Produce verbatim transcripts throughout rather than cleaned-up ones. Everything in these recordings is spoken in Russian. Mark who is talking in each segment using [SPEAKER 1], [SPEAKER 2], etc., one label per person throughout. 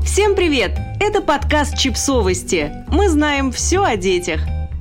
[SPEAKER 1] Всем привет! Это подкаст «Чипсовости». Мы знаем все о детях.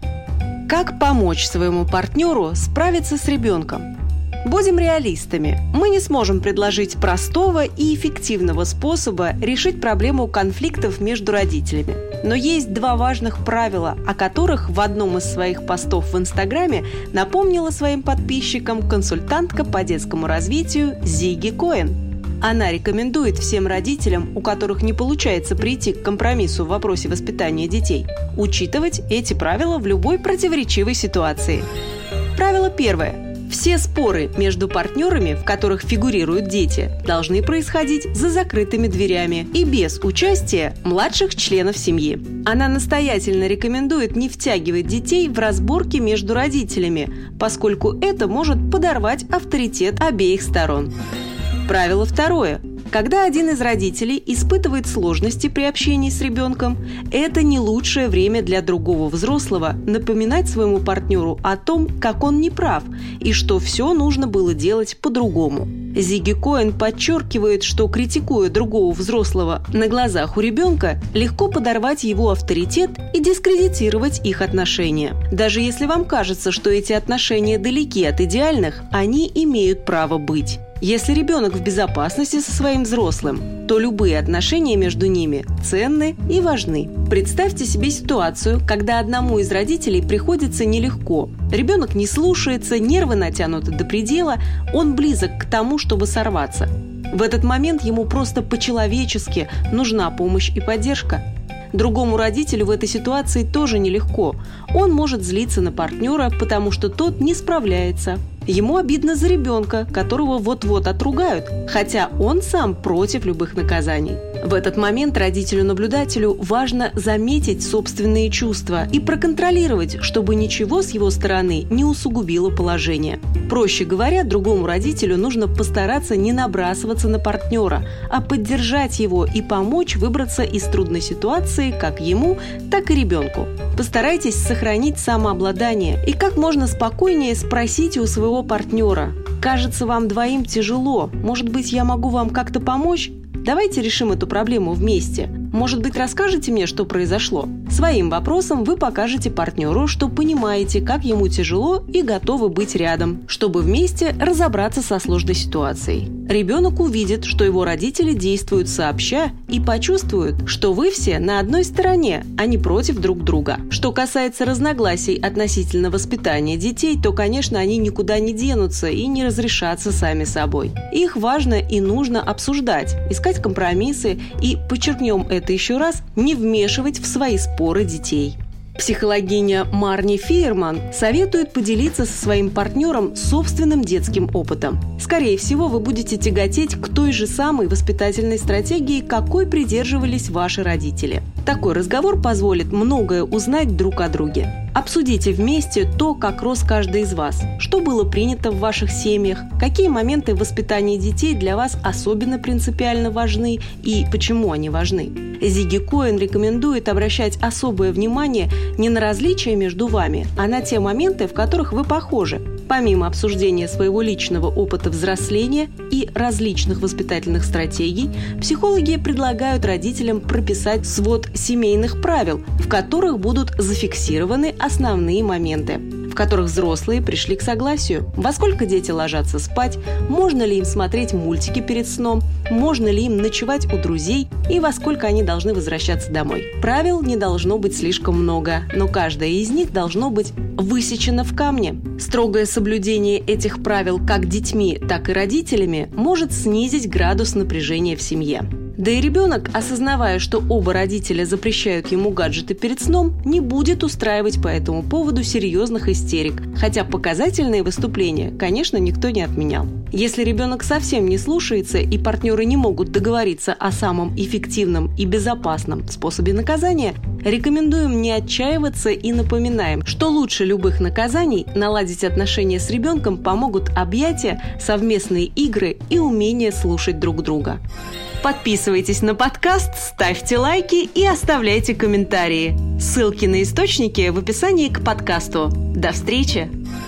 [SPEAKER 1] Как помочь своему партнеру справиться с ребенком? Будем реалистами. Мы не сможем предложить простого и эффективного способа решить проблему конфликтов между родителями. Но есть два важных правила, о которых в одном из своих постов в Инстаграме напомнила своим подписчикам консультантка по детскому развитию Зиги Коэн. Она рекомендует всем родителям, у которых не получается прийти к компромиссу в вопросе воспитания детей, учитывать эти правила в любой противоречивой ситуации. Правило первое. Все споры между партнерами, в которых фигурируют дети, должны происходить за закрытыми дверями и без участия младших членов семьи. Она настоятельно рекомендует не втягивать детей в разборки между родителями, поскольку это может подорвать авторитет обеих сторон. Правило второе. Когда один из родителей испытывает сложности при общении с ребенком, это не лучшее время для другого взрослого напоминать своему партнеру о том, как он не прав и что все нужно было делать по-другому. Зиги Коэн подчеркивает, что, критикуя другого взрослого на глазах у ребенка, легко подорвать его авторитет и дискредитировать их отношения. Даже если вам кажется, что эти отношения далеки от идеальных, они имеют право быть. Если ребенок в безопасности со своим взрослым, то любые отношения между ними ценны и важны. Представьте себе ситуацию, когда одному из родителей приходится нелегко. Ребенок не слушается, нервы натянуты до предела, он близок к тому, чтобы сорваться. В этот момент ему просто по-человечески нужна помощь и поддержка. Другому родителю в этой ситуации тоже нелегко. Он может злиться на партнера, потому что тот не справляется. Ему обидно за ребенка, которого вот-вот отругают, хотя он сам против любых наказаний. В этот момент родителю-наблюдателю важно заметить собственные чувства и проконтролировать, чтобы ничего с его стороны не усугубило положение. Проще говоря, другому родителю нужно постараться не набрасываться на партнера, а поддержать его и помочь выбраться из трудной ситуации как ему, так и ребенку. Постарайтесь сохранить самообладание и как можно спокойнее спросите у своего партнера: «Кажется, вам двоим тяжело. Может быть, я могу вам как-то помочь? Давайте решим эту проблему вместе. Может быть, расскажете мне, что произошло?» Своим вопросом вы покажете партнеру, что понимаете, как ему тяжело, и готовы быть рядом, чтобы вместе разобраться со сложной ситуацией. Ребенок увидит, что его родители действуют сообща, и почувствует, что вы все на одной стороне, а не против друг друга. Что касается разногласий относительно воспитания детей, то, конечно, они никуда не денутся и не разрешатся сами собой. Их важно и нужно обсуждать, искать компромиссы и, подчеркнем это еще раз, не вмешивать в свои споры детей. Психологиня Марни Фейерман советует поделиться со своим партнером собственным детским опытом. Скорее всего, вы будете тяготеть к той же самой воспитательной стратегии, какой придерживались ваши родители. Такой разговор позволит многое узнать друг о друге. Обсудите вместе то, как рос каждый из вас, что было принято в ваших семьях, какие моменты воспитания детей для вас особенно принципиально важны и почему они важны. Зиги Коэн рекомендует обращать особое внимание не на различия между вами, а на те моменты, в которых вы похожи. Помимо обсуждения своего личного опыта взросления и различных воспитательных стратегий, психологи предлагают родителям прописать свод семейных правил, в которых будут зафиксированы основные моменты, в которых взрослые пришли к согласию. Во сколько дети ложатся спать, можно ли им смотреть мультики перед сном, можно ли им ночевать у друзей и во сколько они должны возвращаться домой. Правил не должно быть слишком много, но каждое из них должно быть высечено в камне. Строгое соблюдение этих правил как детьми, так и родителями может снизить градус напряжения в семье. Да и ребенок, осознавая, что оба родителя запрещают ему гаджеты перед сном, не будет устраивать по этому поводу серьезных истерик, хотя показательные выступления, конечно, никто не отменял. Если ребенок совсем не слушается и партнеры не могут договориться о самом эффективном и безопасном способе наказания, рекомендуем не отчаиваться и напоминаем, что лучше любых наказаний наладить отношения с ребенком помогут объятия, совместные игры и умение слушать друг друга. Подписывайтесь на подкаст, ставьте лайки и оставляйте комментарии. Ссылки на источники в описании к подкасту. До встречи!